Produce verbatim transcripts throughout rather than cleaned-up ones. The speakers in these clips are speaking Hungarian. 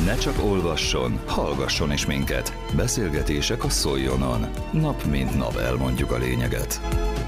Ne csak olvasson, hallgasson is minket. Beszélgetések a Szoljonon. Nap mint nap elmondjuk a lényeget.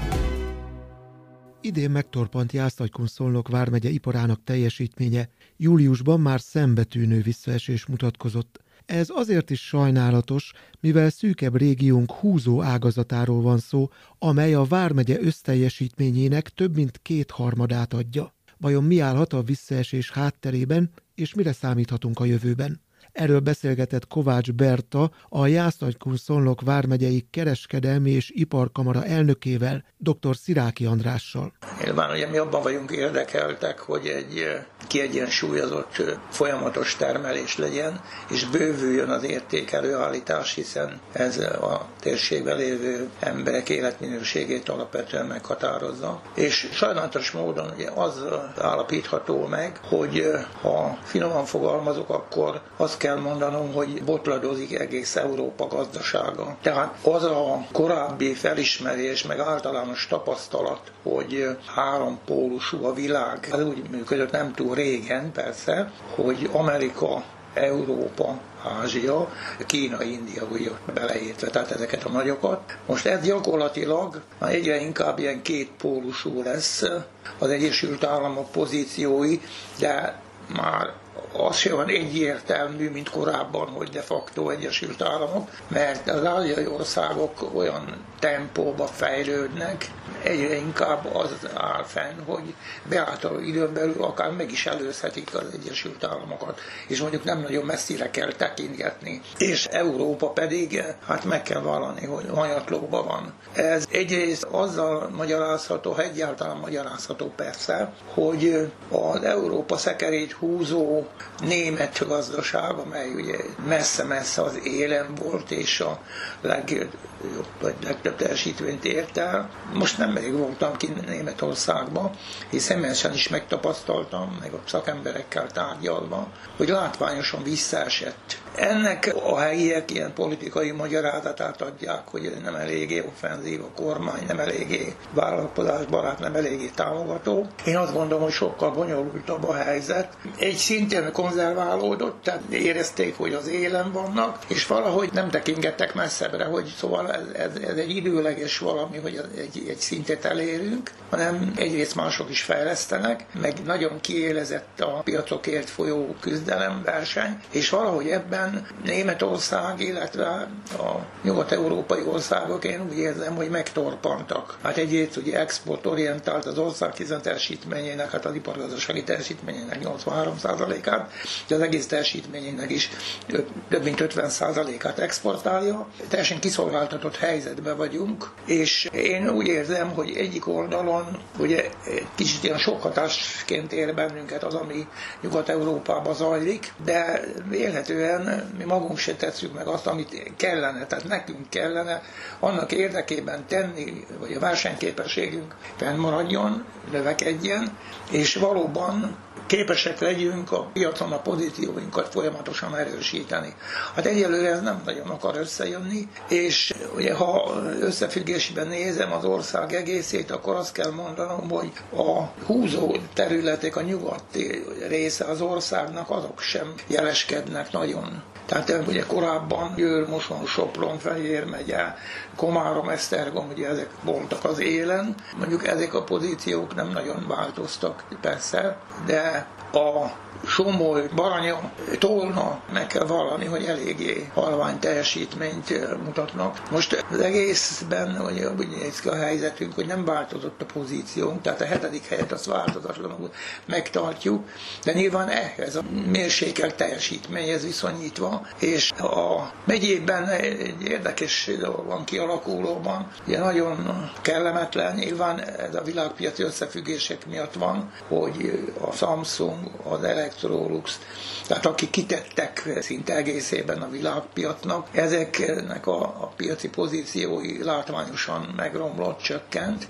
Idén megtorpant Jász-Nagykun-Szolnok vármegye iparának teljesítménye. Júliusban már szembetűnő visszaesés mutatkozott. Ez azért is sajnálatos, mivel szűkebb régiónk húzó ágazatáról van szó, amely a vármegye összteljesítményének több mint kétharmadát adja. Vajon mi állhat a visszaesés hátterében, és mire számíthatunk a jövőben? Erről beszélgetett Kovács Berta, a Jász-Nagykun-Szolnok vármegyei kereskedelmi és iparkamara elnökével, dr. Sziráky Andrással. Nyilván ugye mi abban vagyunk érdekeltek, hogy egy kiegyensúlyozott, folyamatos termelés legyen, és bővüljön az értékelőállítás, hiszen ez a térségben lévő emberek életminőségét alapvetően meghatározza. És sajnálatos módon ugye az állapítható meg, hogy ha finoman fogalmazok, akkor azt kell mondanom, hogy botladozik egész Európa gazdasága. Tehát az a korábbi felismerés, meg általános tapasztalat, hogy hárompólusú a világ, az úgy működött nem túl régen persze, hogy Amerika, Európa, Ázsia, Kína, India úgy beleértve, tehát ezeket a nagyokat. Most ez gyakorlatilag egyre inkább ilyen kétpólusú lesz az Egyesült Államok pozíciói, de már az sem van egyértelmű, mint korábban, hogy de facto Egyesült Államok, mert az ázsiai országok olyan tempóba fejlődnek, egyre inkább az áll fenn, hogy beállító időn belül akár meg is előzhetik az Egyesült Államokat, és mondjuk nem nagyon messzire kell tekintgetni. És Európa pedig, hát meg kell vallani, hogy hanyatlóban van. Ez egyrészt azzal magyarázható, ha egyáltalán magyarázható persze, hogy az Európa szekerét húzó német gazdaság, amely ugye messze-messze az élen volt, és a legjobb, vagy legtöbb teljesítményt ért el. Most nem elég voltam ki Németországba, és személyesen is megtapasztaltam, meg a szakemberekkel tárgyalva, hogy látványosan visszaesett. Ennek a helyiek ilyen politikai magyarázatát adják, hogy nem eléggé offenzív a kormány, nem eléggé vállalkozásbarát, nem eléggé támogató. Én azt gondolom, hogy sokkal bonyolultabb a helyzet. Egy szinten konzerválódott, tehát érezték, hogy az élen vannak, és valahogy nem tekingettek messzebbre, hogy szóval ez, ez, ez egy időleges valami, hogy egy, egy szintet elérünk, hanem egyrészt mások is fejlesztenek, meg nagyon kiélezett a piacokért folyó küzdelem, verseny, és valahogy ebben Németország, illetve a nyugat-európai országok, én úgy érzem, hogy megtorpantak. Hát egyrészt ugye exportorientált az ország, hiszen teljesítményének, hát az ipargazdasági teljesítményének nyolcvanhárom százalékát, de az egész teljesítményének is több mint ötven százalékát exportálja. Teljesen kiszolgáltatott helyzetben vagyunk, és én úgy érzem, hogy egyik oldalon ugye kicsit ilyen sok hatásként ér bennünket az, ami Nyugat-Európában zajlik, de élhetően mi magunk se tesszük meg azt, amit kellene, tehát nekünk kellene annak érdekében tenni, hogy a versenyképességünk fennmaradjon, növekedjen, és valóban képesek legyünk a piacon a pozícióinkat folyamatosan erősíteni. Hát egyelőre ez nem nagyon akar összejönni, és ugye, ha összefüggésben nézem az ország egészét, akkor azt kell mondanom, hogy a húzó területek, a nyugati része az országnak, azok sem jeleskednek nagyon. Tehát ugye korábban Győr, Moson, Sopron, Fejér megye, Komárom, Esztergom, ugye ezek voltak az élen. Mondjuk ezek a pozíciók nem nagyon változtak persze, de a Somogy, Baranya, Tolna, meg kell vallani, hogy eléggé halvány teljesítményt mutatnak. Most az egészben ugye, úgy néz ki a helyzetünk, hogy nem változott a pozíciónk, tehát a hetedik helyet azt változatlanul megtartjuk, de nyilván ehhez a mérsékelt teljesítményhez viszonyítva, és a megyében egy érdekes dolog van kialakulóban, ugye nagyon kellemetlen, nyilván ez a világpiaci összefüggések miatt van, hogy a Samsung, az Electrolux, tehát akik kitettek szinte egészében a világpiacnak, ezeknek a, a piaci pozíciói látványosan megromlott, csökkent,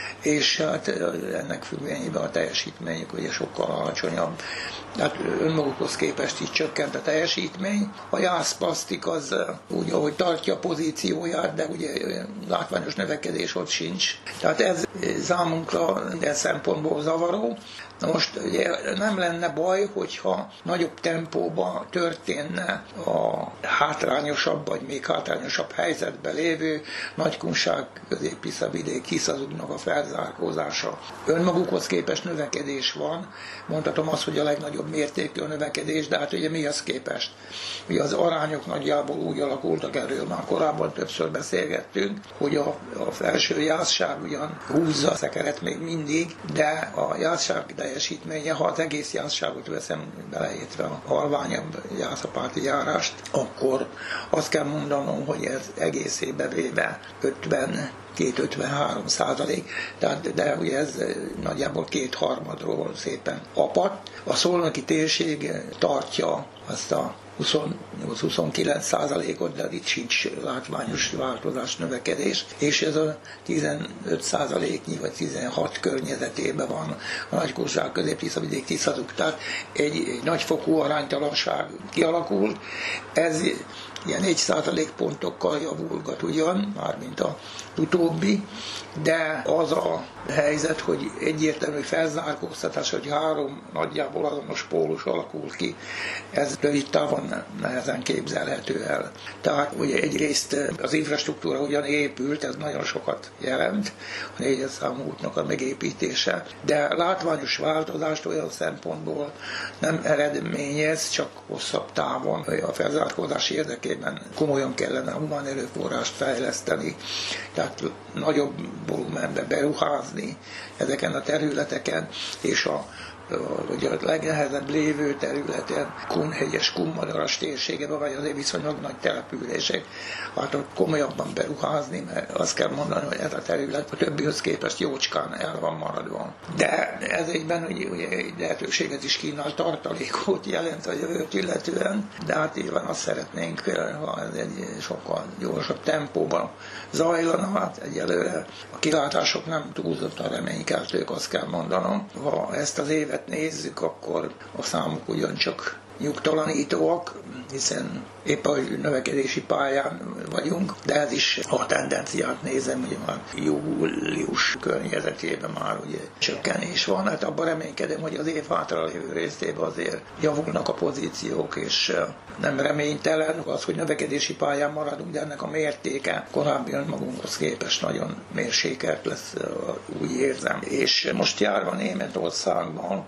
és hát ennek függvényében a teljesítményük ugye sokkal alacsonyabb. Tehát önmagukhoz képest így csökkent a teljesítmény. A jászplasztik az úgy, ahogy tartja a pozícióját, de ugye látványos növekedés ott sincs. Tehát ez számunkra minden szempontból zavaró. Na most ugye nem lenne baj, hogyha nagyobb tempóban történne a hátrányosabb, vagy még hátrányosabb helyzetben lévő Nagykunság, Közép-Tiszavidék, Tiszazugnak a felzárkózása. Önmagukhoz képest növekedés van, mondhatom azt, hogy a legnagyobb mértékű a növekedés, de hát ugye mihez képest? Ugye az arányok nagyjából úgy alakultak, erről már korábban többször beszélgettünk, hogy a, a felső jászság ugyan húzza a szekeret még mindig, de a jászság teljesítménye, ha az egész jászságot veszem beleértve a halványabb jászapáti járást, akkor azt kell mondanom, hogy ez egészébe véve ötvenkét-ötvenhárom százalék, tehát, de ugye ez nagyjából kétharmadról szépen apadt. A szolnoki térség tartja azt a huszonnyolc-huszonkilenc százalékot, de itt sincs látványos változás, növekedés, és ez a tizenöt százaléknyi vagy tizenhat környezetében van a Nagykunság, Közép-Tiszavidék, Tiszazug, tehát egy, egy nagyfokú aránytalanság kialakult. Ez ilyen négy százalékpontokkal javulgat ugyan, mármint a utóbbi, de az a helyzet, hogy egyértelmű felzárkóztatás, hogy három nagyjából azonos pólus alakul ki, ez rövid távon nehezen képzelhető el. Tehát ugye egyrészt az infrastruktúra ugyan épült, ez nagyon sokat jelent, a négyes számú útnak a megépítése, de látványos változást olyan szempontból nem eredményez, csak hosszabb távon a felzárkózás érdekében komolyan kellene a humán erőforrást fejleszteni, tehát nagyobb volumenbe beruházni ezeken a területeken, és a ugye a legnehezebb lévő területen, Kunhegyes, Kunmadaras térségében, vagy azért viszonylag nagy települések, hát ott komolyabban beruházni, mert azt kell mondani, hogy ez a terület a többihoz képest jócskán el van maradva. De ez egyben ugye, ugye egy lehetőséget is kínál, tartalékot jelent a jövőt illetően, de hát nyilván azt szeretnénk, ha ez egy sokkal gyorsabb tempóban zajlana, hát egyelőre a kilátások nem túlzottan reménykeltők, azt kell mondanom. Ha ezt az évet nézzük, akkor a számok ugyancsak nyugtalanítóak, hiszen épp a növekedési pályán vagyunk, de ez is a tendenciát nézem, hogy már július környezetében már ugye csökkenés van, hát abban reménykedem, hogy az év hátralévő részében azért javulnak a pozíciók, és nem reménytelen az, hogy növekedési pályán maradunk, de ennek a mértéke korábbi magunkhoz képest nagyon mérsékelt lesz, úgy érzem. És most járva Németországban,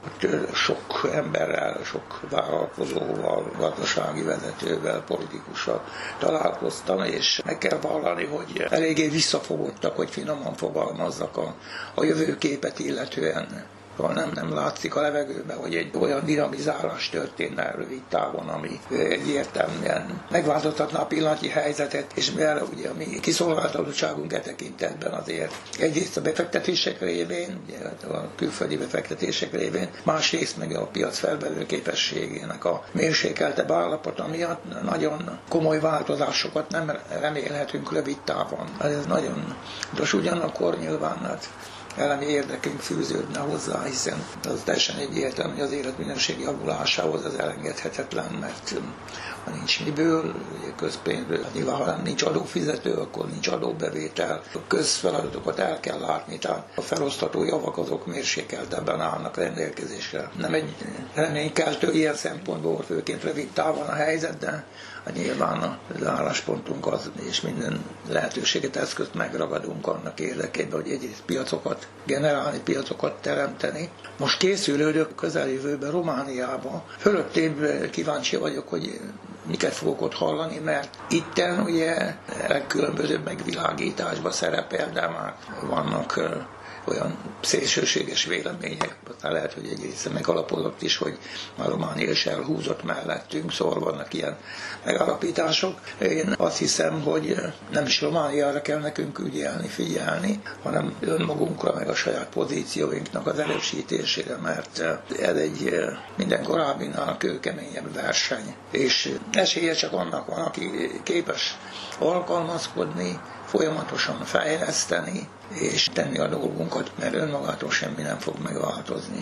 sok emberrel, sok vállalkozóval, gazdasági vezetővel, politikussal találkoztam, és meg kell vallani, hogy eléggé visszafogottak, hogy finoman fogalmazzak a, a jövőképet illetően. Nem, nem látszik a levegőben, hogy egy olyan dinamizálás történne rövid távon, ami egyértelműen megváltoztatná a pillanatnyi helyzetet, és mivel ugye a mi kiszolgáltatottságunk e tekintetben azért egyrészt a befektetések révén, ugye a külföldi befektetések révén, másrészt meg a piac felvevő képességének a mérsékeltebb állapota miatt nagyon komoly változásokat nem remélhetünk rövid távon. Ez nagyon, de ugyanakkor nyilván hát elemi érdekünk fűződne hozzá, hiszen az teljesen egyértelmű, hogy az életminőség javulásához ez elengedhetetlen, mert ha nincs miből, közpénzből, nyilván ha nincs adófizető, akkor nincs adóbevétel, a közfeladatokat el kell látni, tehát a felosztató javak azok mérsékeltebben állnak rendelkezésre. Nem egy reménykeltő ilyen szempontból, főként rövid távon a helyzet, de nyilván az álláspontunk az, és minden lehetőséget, eszközt megragadunk annak érdekében, hogy egyrészt piacokat generálni, piacokat teremteni. Most készülődök közeljövőben Romániába. Fölöttébb kíváncsi vagyok, hogy miket fogok ott hallani, mert itten ugye legkülönbözőbb megvilágításban szerepel, de már vannak olyan szélsőséges vélemények, aztán lehet, hogy egy része megalapodott is, hogy már Románia is elhúzott mellettünk, szóval vannak ilyen megalapítások. Én azt hiszem, hogy nem is Romániára kell nekünk ügyelni, figyelni, hanem önmagunkra, meg a saját pozícióinknak az erősítésére, mert ez egy minden korábbinál kőkeményebb verseny. És esélye csak annak van, aki képes alkalmazkodni, folyamatosan fejleszteni, és tenni a dolgunkat, mert önmagától semmi nem fog megváltozni.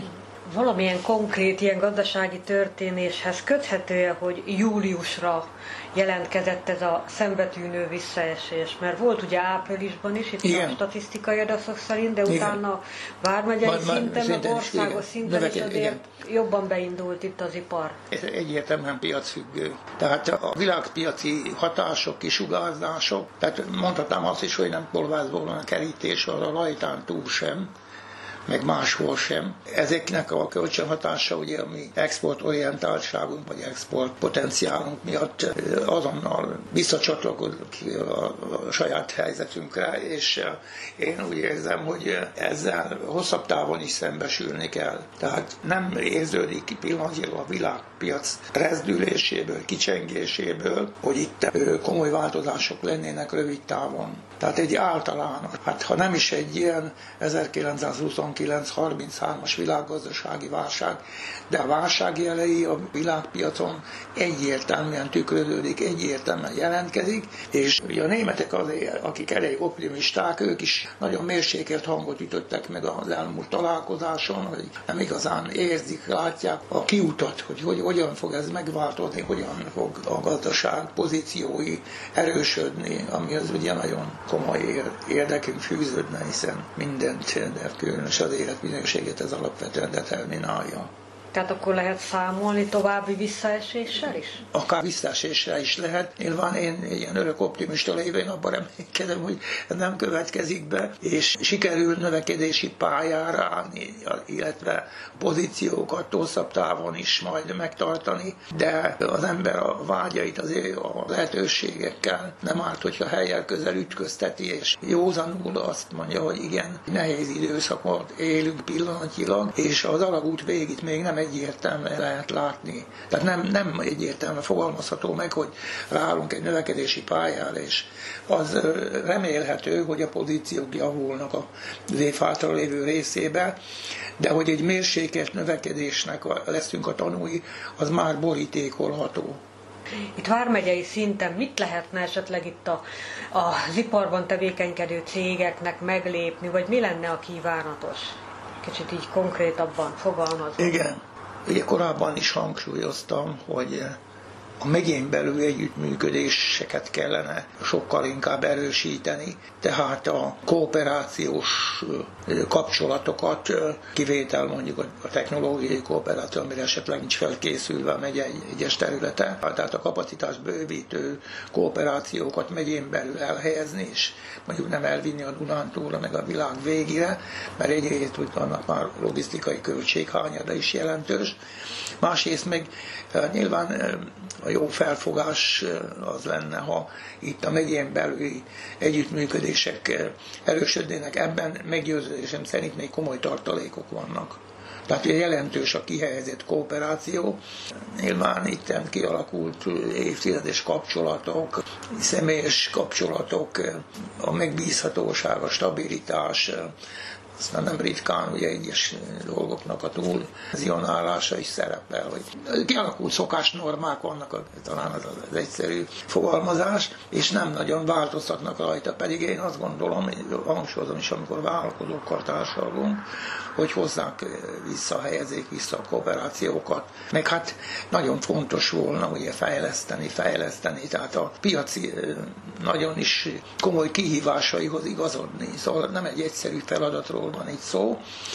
Valamilyen konkrét ilyen gazdasági történéshez köthető-e, hogy júliusra jelentkezett ez a szembetűnő visszaesés? Mert volt ugye áprilisban is, itt igen. a statisztikai adatok szerint, de igen. utána vármegyei már, szinten, meg országos szinten Növeke, is azért igen. jobban beindult itt az ipar. Ez egyértelműen piacfüggő. Tehát a világpiaci hatások, kisugárzások, tehát mondhatnám azt is, hogy nem polvázolna a kerítés a rajtán túl sem, meg máshol sem. Ezeknek a kölcsönhatása, ugye a mi exportorientáltságunk, vagy exportpotenciálunk miatt azonnal visszacsatlakozik a saját helyzetünkre, és én úgy érzem, hogy ezzel hosszabb távon is szembesülni kell. Tehát nem érződik ki pillanatnyilag a világpiac rezdüléséből, kicsengéséből, hogy itt komoly változások lennének rövid távon. Tehát egy általános, hát ha nem is egy ilyen ezerkilencszázhuszonkilenc harminchárom-as világgazdasági válság, de a válság jelei a világpiacon egyértelműen tükröződik, egyértelműen jelentkezik, és ugye a németek azért, akik elég optimisták, ők is nagyon mérsékelt hangot ütöttek meg az elmúlt találkozáson, hogy nem igazán érzik, látják a kiutat, hogy, hogy hogyan fog ez megváltozni, hogyan fog a gazdaság pozíciói erősödni, ami az ugye nagyon komoly érdekünk fűződne, hiszen mindent, de különös az életminőségét ez alapvetően determinálja. Tehát akkor lehet számolni további visszaeséssel is? Akár visszaeséssel is lehet. Nyilván én ilyen örök optimista lévén abban reménykedem, hogy ez nem következik be, és sikerül növekedési pályára állni, illetve pozíciókat hosszabb távon is majd megtartani, de az ember a vágyait azért a lehetőségekkel nem árt, hogyha helyel közel ütközteti, és józanul azt mondja, hogy igen, nehéz időszakot élünk pillanatnyilag, és az alagút végét még nem egyértelműen lehet látni. Tehát nem, nem egyértelműen fogalmazható meg, hogy ráállunk egy növekedési pályára, és az remélhető, hogy a pozíciók javulnak az év hátra lévő részébe, de hogy egy mérsékelt növekedésnek leszünk a tanúi, az már borítékolható. Itt vármegyei szinten mit lehetne esetleg itt a, az iparban tevékenykedő cégeknek meglépni, vagy mi lenne a kívánatos? Kicsit így konkrétabban fogalmazva. Igen. Ugye korábban is hangsúlyoztam, hogy a megyén belül együttműködéseket kellene sokkal inkább erősíteni, tehát a kooperációs kapcsolatokat, kivétel mondjuk a technológiai kooperáció, amire esetleg nincs felkészülve a megye egyes területe, tehát a kapacitás bővítő kooperációkat megyén belül elhelyezni, és mondjuk nem elvinni a Dunántúlra meg a világ végére, mert egyrészt úgy annak már logisztikai költséghányada is jelentős, másrészt meg nyilván a jó felfogás az lenne, ha itt a megyén belüli együttműködések erősödnének. Ebben meggyőződésem szerint még komoly tartalékok vannak. Tehát jelentős a kihelyezett kooperáció. Nyilván itt kialakult évtizedes kapcsolatok, személyes kapcsolatok, a megbízhatóság, a stabilitás, aztán nem ritkán ugye egyes dolgoknak a túl zionálása is szerepel, hogy kialakult szokásnormák vannak, talán az az egyszerű fogalmazás, és nem nagyon változtatnak rajta, pedig én azt gondolom, hangsúlyozom is, amikor vállalkozókkal társalgunk, hogy hozzák vissza, helyezzék vissza a kooperációkat. Meg hát nagyon fontos volna ugye fejleszteni, fejleszteni, tehát a piaci nagyon is komoly kihívásaihoz igazodni. Szóval nem egy egyszerű feladatról van itt szó,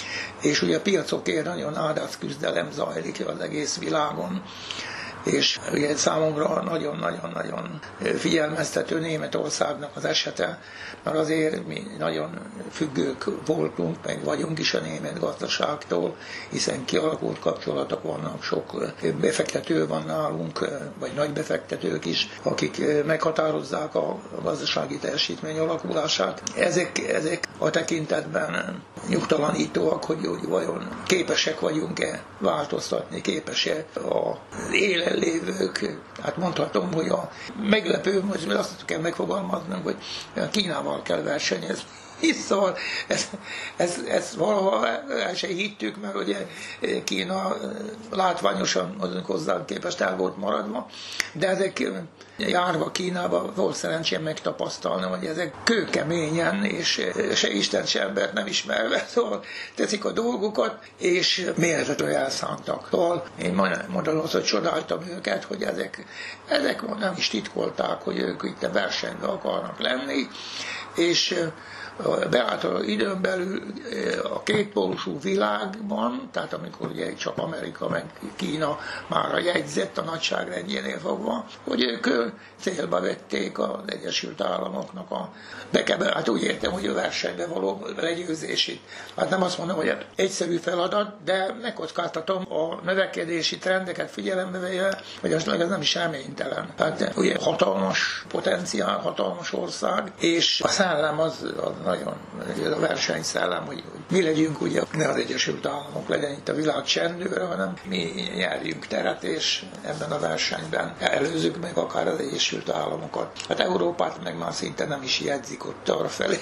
és ugye a piacokért nagyon áldás küzdelem zajlik az egész világon, és ugye számomra nagyon-nagyon-nagyon figyelmeztető Németországnak az esete, mert azért mi nagyon függők voltunk, meg vagyunk is a német gazdaságtól, hiszen kialakult kapcsolatok vannak, sok befektető van nálunk, vagy nagy befektetők is, akik meghatározzák a gazdasági teljesítmény alakulását. Ezek, ezek a tekintetben nyugtalanítóak, hogy, hogy vajon képesek vagyunk-e változtatni, képes-e az élen lévők. Hát mondhatom, hogy a meglepő, most azt kell megfogalmaznom, hogy Kínával kell versenyezni. Szóval ezt, ezt, ezt valaha el sem hittük, mert ugye Kína látványosan azon hozzánk képest el volt maradva, de ezek járva Kínába volt szerencsém megtapasztalni, hogy ezek kőkeményen, és se Isten, se embert nem ismerve, szóval teszik a dolgukat, és méltatlanul elszántak. Szóval én mondom azt, hogy csodáltam őket, hogy ezek, ezek nem is titkolták, hogy ők itt versenyben akarnak lenni, és beállt időn belül a kétpólusú világban, tehát amikor ugye csak Amerika meg Kína már jegyzett a nagyságrendjénél fogva, hogy ők célba vették az Egyesült Államoknak a bekebe, hát úgy értem, hogy a versenybe való legyőzését. Hát nem azt mondom, hogy egyszerű feladat, de megkockáztatom a növekedési trendeket figyelembe véve, hogy az ez nem is reménytelen. Hát ugye hatalmas potenciál, hatalmas ország, és a szellem az, az nagyon, a versenyszellem, hogy, hogy mi legyünk, ugye ne az Egyesült Államok legyen itt a világ csendőre, hanem mi nyerjünk teret, és ebben a versenyben előzzük meg akár az Egyesült Államokat. Hát Európát meg már szinte nem is jegyzik ott arra felé.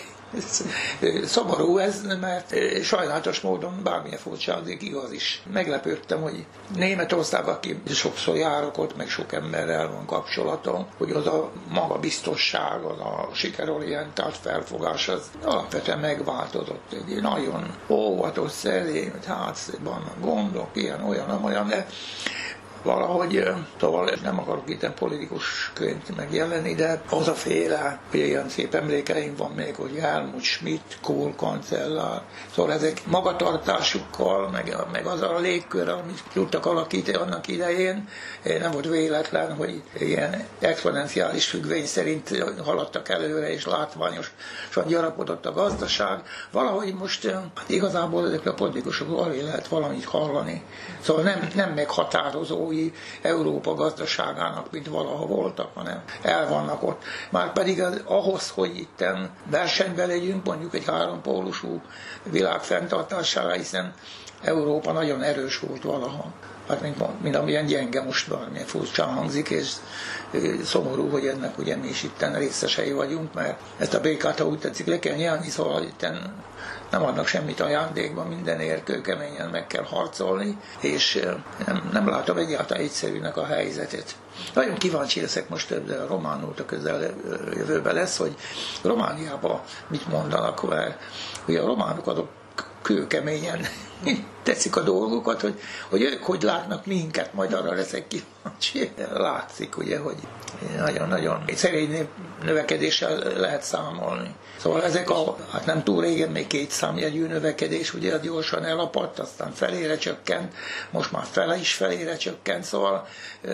Szomorú ez, mert sajnálatos módon bármilyen furcsa, addig igaz is. Meglepődtem, hogy Németország, aki sokszor járok ott, meg sok emberrel van kapcsolatom, hogy az a magabiztosság, az a sikerorientált felfogás, az alapvetően megváltozott. Egy nagyon óvatos, szerény, hogy hát vannak gondok, ilyen, olyan, olyan, de valahogy, szóval nem akarok itt politikusként megjelenni, de az a féle, hogy ilyen szép emlékeink van még, hogy Helmut Schmidt, Kohl kancellár, szóval ezek magatartásukkal, meg, meg az a légkörrel, amit tudtak alakítani annak idején, nem volt véletlen, hogy ilyen exponenciális függvény szerint haladtak előre, és látványosan gyarapodott a gazdaság. Valahogy most hát igazából ezekre a politikusokról alig lehet valamit hallani. Szóval nem, nem meghatározó Európa gazdaságának, mint valaha voltak, hanem el vannak ott. Márpedig az, ahhoz, hogy itt versenyben legyünk, mondjuk egy hárompólusú világ fenntartására, hiszen Európa nagyon erős volt valaha. Hát mint, mint amilyen gyenge most valamilyen furcsán hangzik, és szomorú, hogy ennek ugye mi is itten részesei vagyunk, mert ezt a békát, ha úgy tetszik, le kell nyelni, szóval itten nem adnak semmit ajándékban, mindenért kőkeményen meg kell harcolni, és nem, nem látom egyáltalán egyszerűnek a helyzetet. Nagyon kíváncsi leszek most, de a román út a közeljövőben lesz, hogy Romániában mit mondanak, mert ugye a románok azok kőkeményen teszik a dolgokat, hogy, hogy ők hogy látnak minket, majd arra leszek kíváncsi. Látszik ugye, hogy nagyon-nagyon szerény növekedéssel lehet számolni. Szóval ezek a, hát nem túl régen még két számjegyű növekedés, ugye gyorsan elapadt, aztán felére csökkent, most már fele is felére csökkent, szóval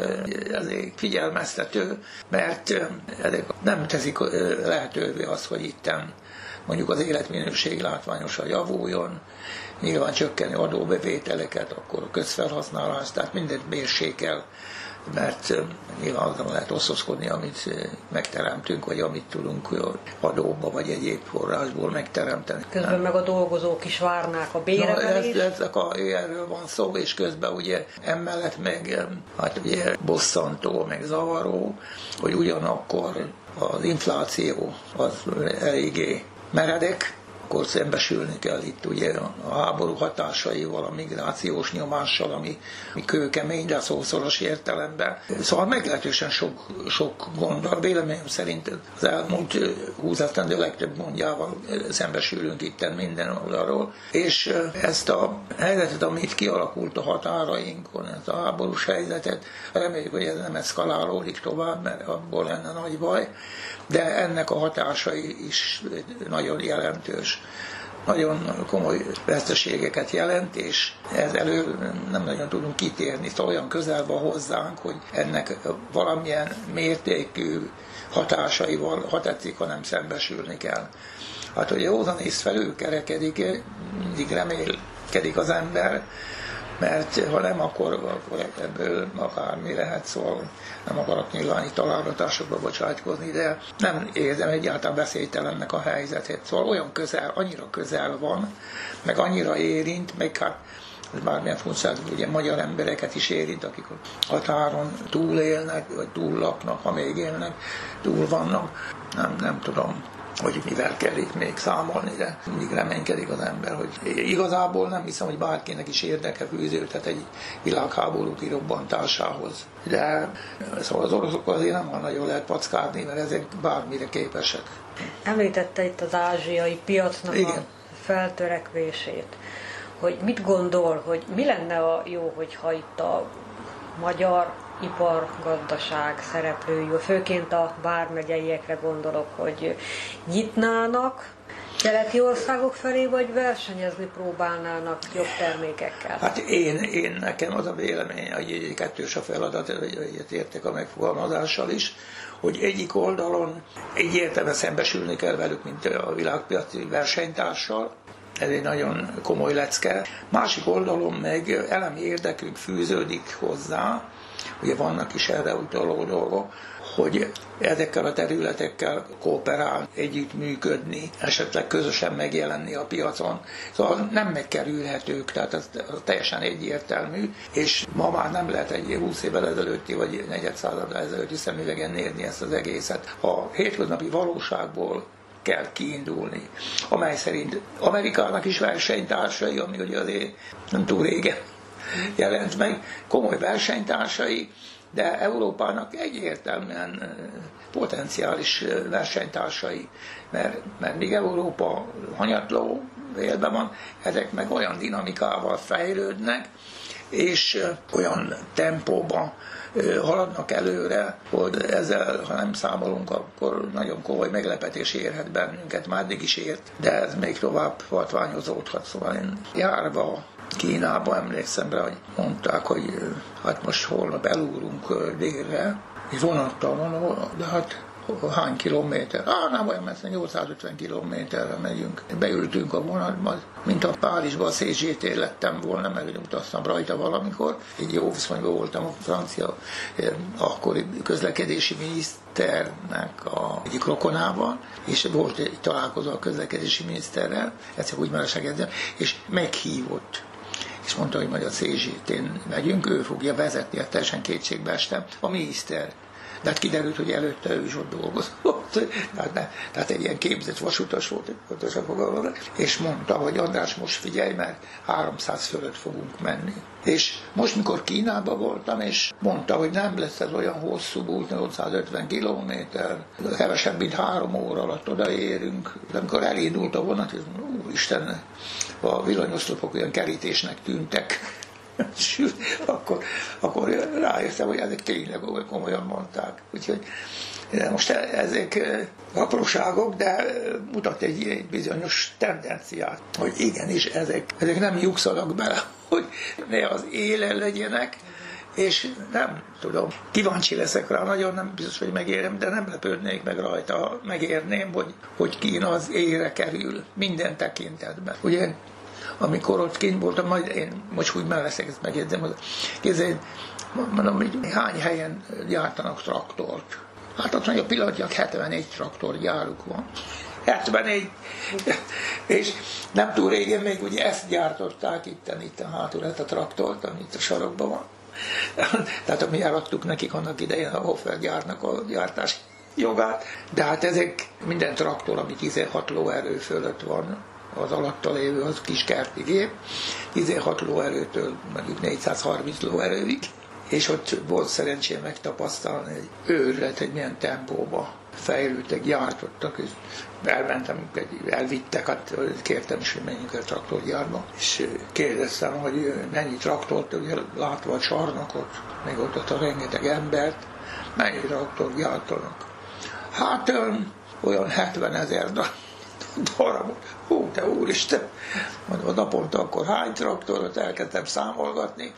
ezért figyelmeztető, mert ezek nem teszik lehetővé az, hogy itten mondjuk az életminőség látványosan javuljon, nyilván csökkenni adóbevételeket, akkor a közfelhasználás, tehát mindent mérsékel, mert nyilván azon lehet osztozkodni, amit megteremtünk, vagy amit tudunk adóba, vagy egyéb forrásból megteremteni. Közben nem? Meg a dolgozók is várnák a béremelést. Ez, ez, a, erről van szó, és közben ugye emellett meg hát ugye bosszantó, meg zavaró, hogy ugyanakkor az infláció az eléggé meredek, akkor szembesülni kell itt ugye a háború hatásaival, a migrációs nyomással, ami, ami kőkemény, de szószoros értelemben. Szóval meglehetősen sok, sok gonddal, véleményem szerint az elmúlt húsz esztendő legtöbb gondjával szembesülünk itt minden oldalról, és ezt a helyzetet, amit kialakult a határainkon, ezt a háborús helyzetet, reméljük, hogy ez nem eszkalálódik tovább, mert abból lenne nagy baj, de ennek a hatásai is nagyon jelentős. Nagyon komoly veszteségeket jelent, és ez elő nem nagyon tudunk kitérni, szóval olyan közel van hozzánk, hogy ennek valamilyen mértékű hatásaival, ha tetszik, ha nem szembesülni kell. Hát, hogy józanész felülkerekedik, mindig remélkedik az ember, mert ha nem, akkor, akkor ebből akármi lehet, szóval nem akarok nyilván itt találgatásokba bocsátkozni, de nem érzem egyáltalán veszélytelennek a helyzetét. Szóval olyan közel, annyira közel van, meg annyira érint, meg hát bármilyen furcsa, ugye magyar embereket is érint, akik határon túlélnek, vagy túllaknak, ha még élnek, túl vannak. Nem, nem tudom. hogy mivel kell itt még számolni, de mindig reménykedik az ember, hogy igazából nem hiszem, hogy bárkinek is érdeke fűződhet egy világháború kirobbantásához. De szóval az oroszokkal azért nem van nagyon lehet packálni, mert ezek bármire képesek. Említette itt az ázsiai piacnak Igen. a feltörekvését, hogy mit gondol, hogy mi lenne a jó, hogyha itt a magyar ipargazdaság szereplői, főként a vármegyeiekre gondolok, hogy nyitnának keleti országok felé, vagy versenyezni próbálnának jobb termékekkel? Hát én, én nekem az a vélemény, hogy egy kettős a feladat, hogy egyet értek a megfogalmazással is, hogy egyik oldalon egyértelműen szembesülni kell velük, mint a világpiaci versenytársal, ez egy nagyon komoly lecke. Másik oldalon meg elemi érdekünk fűződik hozzá, ugye vannak is erre utaló dolgok, hogy ezekkel a területekkel kooperálni, együttműködni, esetleg közösen megjelenni a piacon. Szóval nem megkerülhetők, tehát ez, ez teljesen egyértelmű, és ma már nem lehet egy húsz évvel ezelőtti, vagy negyedszázad ezelőtti szemüvegen nézni ezt az egészet. A hétköznapi valóságból kell kiindulni, amely szerint Amerikának is versenytársai, ami ugye azért nem túl régen jelent meg, komoly versenytársai, de Európának egyértelműen potenciális versenytársai, mert, mert még Európa hanyatló élben van, ezek meg olyan dinamikával fejlődnek, és olyan tempóban haladnak előre, hogy ezzel, ha nem számolunk, akkor nagyon komoly meglepetés érhet bennünket, már eddig is ért, de ez még tovább hatványozódhat. Szóval én járva Kínába emlékszem rá, hogy mondták, hogy hát most holnap elúrunk délre, és vonattal van, de hát hány kilométer? Á, nem olyan messze, nyolcszázötven kilométerre megyünk. Beültünk a vonatba, mint a Párizsban a cé gé té lettem volna, mert utaztam rajta valamikor. Egy jó viszonyban voltam a francia akkori közlekedési miniszternek a egyik rokonával, és volt egy találkozó a közlekedési miniszterrel, egyszer úgy meresegedzem, és meghívott. És mondta, hogy majd a cé gé tén megyünk, ő fogja vezetni, hát teljesen kétségbe estem, a miniszter. De hát kiderült, hogy előtte ő is ott dolgozott. Tehát, ne, tehát egy ilyen képzett vasutas volt, pontosan fogalmazva. És mondta, hogy András, most figyelj, mert háromszáz fölött fogunk menni. És most, mikor Kínában voltam, és mondta, hogy nem lesz ez olyan hosszú út, nyolcszázötven kilométer, kevesebb, mint három óra alatt odaérünk. De amikor elindult a vonat, és úristen, a villanyoszlopok olyan kerítésnek tűntek. akkor, akkor rájöttem, hogy ezek tényleg komolyan mondták. Úgyhogy most ezek apróságok, de mutat egy, egy bizonyos tendenciát, hogy igenis ezek, ezek nem lyugszanak bele, hogy ne az élen legyenek, és nem tudom, kíváncsi leszek rá, nagyon nem biztos, hogy megérem, de nem lepődnék meg rajta, megérném, hogy, hogy Kína az éjre kerül minden tekintetben. Ugye, amikor ott kint voltam, majd én most úgy melleszek, ezt megjegyzem, kézzel, mondom, hogy hány helyen gyártanak traktort. Hát ott mondja, pillanatnyilag hetvenegy traktorgyáruk van. hetvenegy. És nem túl régen még ugye ezt gyártották itten, itt a hátul, a traktort, ami itt a sarokban van. Tehát mi eladtuk nekik annak idején a Hofer gyárnak a gyártás jogát. De hát ezek minden traktor, ami tizenhat lóerő fölött van, az alatta lévő, az kis kerti gép, tizenhat lóerőtől mondjuk négyszázharminc lóerőig, és ott volt szerencsém megtapasztalni, hogy őrület, hogy milyen tempóba fejlődtek, gyártottak, és elmentem, elvittek, hát kértem is, hogy menjünk el traktorgyárba, és kérdeztem, hogy mennyi traktort, ugye látva a csarnokot, meg ott, ott a rengeteg embert, mennyi traktort gyártanak. Hát olyan hetvenezer darabot. Hú, te úristen! Mondom, naponta akkor hány traktorot elkezdtem számolgatni,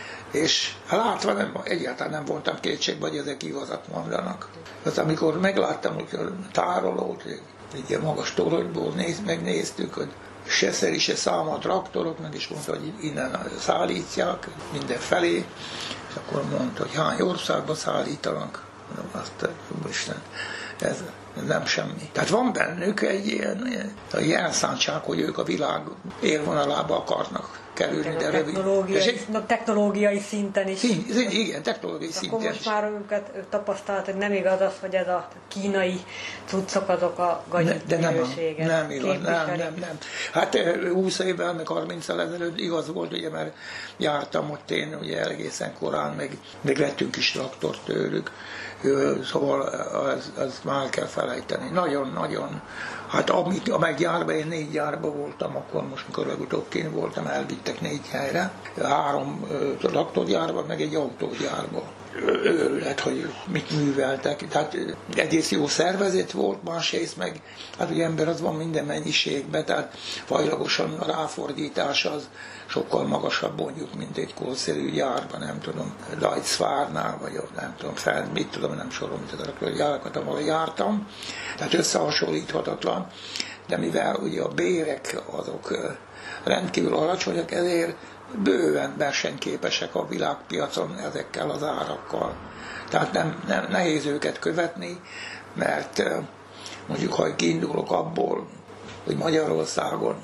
és látva nem, egyáltalán nem voltam kétségbe, hogy ezek igazat mondanak. Tehát amikor megláttam, hogy a tárolót, egy ilyen magas toronyból néz, megnéztük, hogy se szeri, se száma a traktoroknak, és mondta, hogy innen szállítják mindenfelé, és akkor mondta, hogy hány országba szállítanak. Mondom, azt, Isten, ez nem semmi. Tehát van bennük egy ilyen, ilyen elszántság, hogy ők a világ élvonalába akarnak kerülni, de rövid. Technológiai, technológiai szinten is. Szín, szín, igen, technológiai akkor szinten most már őket tapasztalt, hogy nem igaz az, hogy ez a kínai cuccok azok a gagyi de nem, minőséget nem igaz, nem, nem, nem. Hát húsz évvel, meg harminccal ezelőtt igaz volt, ugye, mert jártam ott én ugye egészen korán, meg, meg vettünk is traktort tőlük. Szóval az, az már kell felejteni. Nagyon-nagyon. Hát amit, amely gyárban, én négy gyárban voltam, akkor most, mikor legutóbb kint voltam, elvittek négy helyre. Három traktorgyárban, meg egy autógyárban. Őrület, hogy mit műveltek. Tehát egész jó szervezet volt, másrészt meg, hát ugye ember az van minden mennyiségben, tehát fajlagosan a ráfordítás az sokkal magasabb mondjuk, mint egy korszerű gyárban, nem tudom, Deutz-Fahrnál, vagy nem tudom, fel, mit tudom, nem sorolom, mint a gyárakat, ahol jártam. Tehát összehasonlíthatatlan, de mivel ugye a bérek azok rendkívül alacsonyak, ezért bőven versenyképesek a világpiacon ezekkel az árakkal. Tehát nem, nem nehéz őket követni, mert mondjuk, ha kiindulok abból, hogy Magyarországon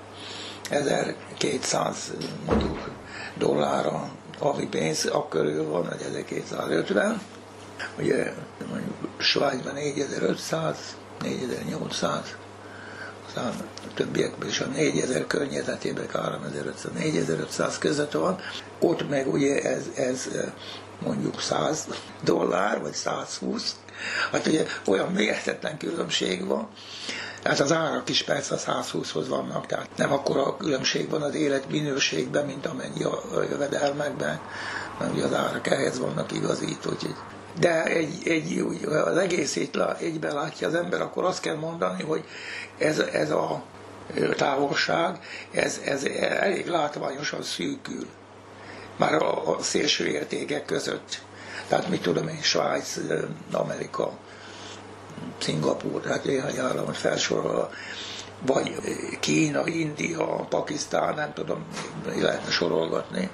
ezerkétszáz mondjuk dollárra havi pénz, akkörül van, vagy ezerkétszázötven, ugye mondjuk Svájcban négyezer-ötszáz, négyezer-nyolcszáz, aztán a többiekben is a négyezer környezetében háromezer-ötszáz-négyezer-ötszáz között van. Ott meg ugye ez, ez mondjuk száz dollár, vagy százhúsz. Hát ugye olyan mérhetetlen különbség van. Hát az árak is persze a százhúszhoz vannak, tehát nem akkora különbség van az életminőségben, mint amennyi a jövedelmekben, mert ugye az árak ehhez vannak igazítva. De egy, egy, az egészét egyben látja az ember, akkor azt kell mondani, hogy ez, ez a távolság, ez, ez elég látványosan szűkül már a, a szélső értékek között. Tehát mit tudom én, Svájc, Amerika, Szingapúr, tehát néhány államot felsorolva, vagy Kína, India, Pakisztán, nem tudom, lehetne sorolgatni.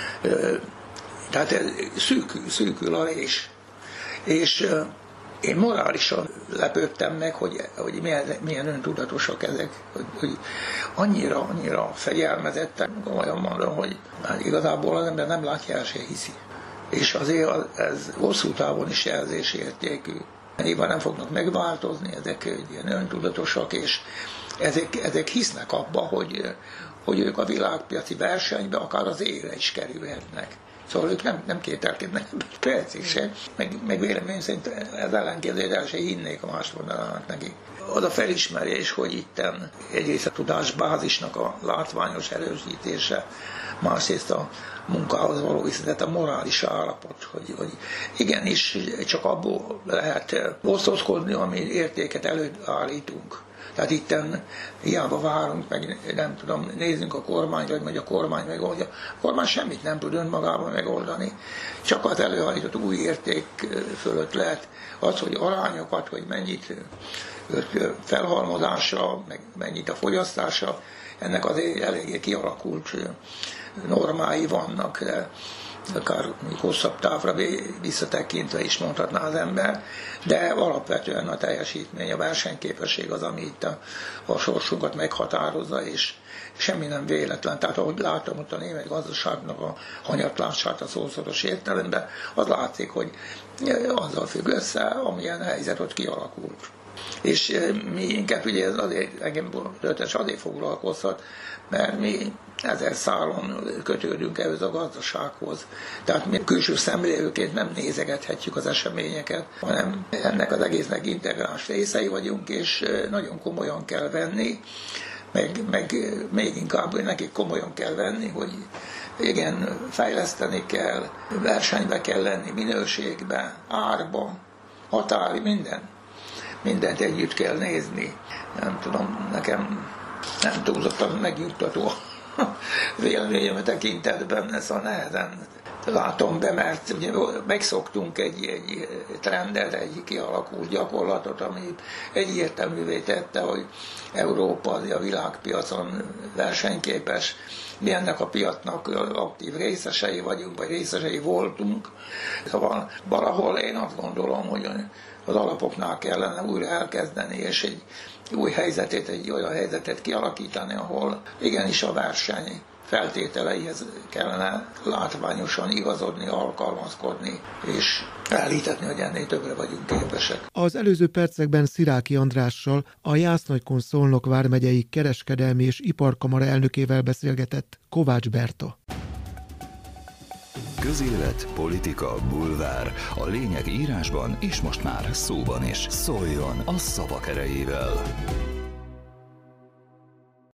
Tehát ez szűkül, szűkül a rés. És én morálisan lepődtem meg, hogy, hogy milyen, milyen öntudatosak ezek, hogy, hogy annyira, annyira fegyelmezettek, olyan mondom, hogy hát igazából az ember nem látja, el se hiszi. És azért ez hosszú távon is jelzésértékű. Nyilván nem fognak megváltozni, ezek ilyen öntudatosak, és ezek, ezek hisznek abba, hogy, hogy ők a világpiaci versenybe akár az égre is kerülhetnek. Szóval ők nem, nem kételkednek percig se, meg, meg vélemény szerint ez ellenkezőjét el se hinnék, a más mondanának nekik. Az a felismerés, hogy itten egyrészt a tudásbázisnak a látványos erősítése, másrészt a munkához való viszont a morális állapot, hogy, hogy igenis csak abból lehet osztozkodni, ami értéket előállítunk. Tehát itten hiába várunk, meg nem tudom, nézzünk a kormányra, vagy a kormány megoldja. A kormány semmit nem tud önmagában megoldani. Csak az előállított új érték fölött lehet az, hogy arányokat, hogy mennyit felhalmozásra, meg mennyit a fogyasztásra, ennek azért eléggé kialakult normái vannak, de akár hosszabb távra visszatekintve is mondhatná az ember, de alapvetően a teljesítmény, a versenyképesség az, ami itt a, a sorsunkat meghatározza, és semmi nem véletlen. Tehát ahogy látom ott a német gazdaságnak a hanyatlását a szószoros értelemben, az látszik, hogy azzal függ össze, amilyen helyzet ott kialakult. És mi inkább ugye ez azért, engem azért foglalkoztat, mert mi ezer szálon kötődünk ehhez a gazdasághoz. Tehát mi külső szemlélőként nem nézegethetjük az eseményeket, hanem ennek az egésznek integráns részei vagyunk, és nagyon komolyan kell venni, meg, meg még inkább nekik komolyan kell venni, hogy igen, fejleszteni kell, versenybe kell lenni, minőségbe, árba, határi, minden. Mindent együtt kell nézni. Nem tudom, nekem nem túlzottan megnyugtató véleményem a tekintetben, ez a nehezen látom be, mert ugye megszoktunk egy, egy trendet, egy kialakult gyakorlatot, ami egyértelművé tette, hogy Európa a világpiacon versenyképes, mi ennek a piacnak aktív részesei vagyunk, vagy részesei voltunk. Szóval valahol én azt gondolom, hogy az alapoknál kellene újra elkezdeni, és egy új helyzetét, egy olyan helyzetet kialakítani, ahol igenis a verseny feltételeihez kellene látványosan igazodni, alkalmazkodni, és elhitetni, hogy ennél többre vagyunk képesek. Az előző percekben Sziráky Andrással, a Jász-Nagykun-Szolnok vármegyei kereskedelmi és iparkamara elnökével beszélgetett Kovács Berta. Közélet, politika, bulvár. A lényeg írásban és most már szóban is. Szóljon a szavak erejével!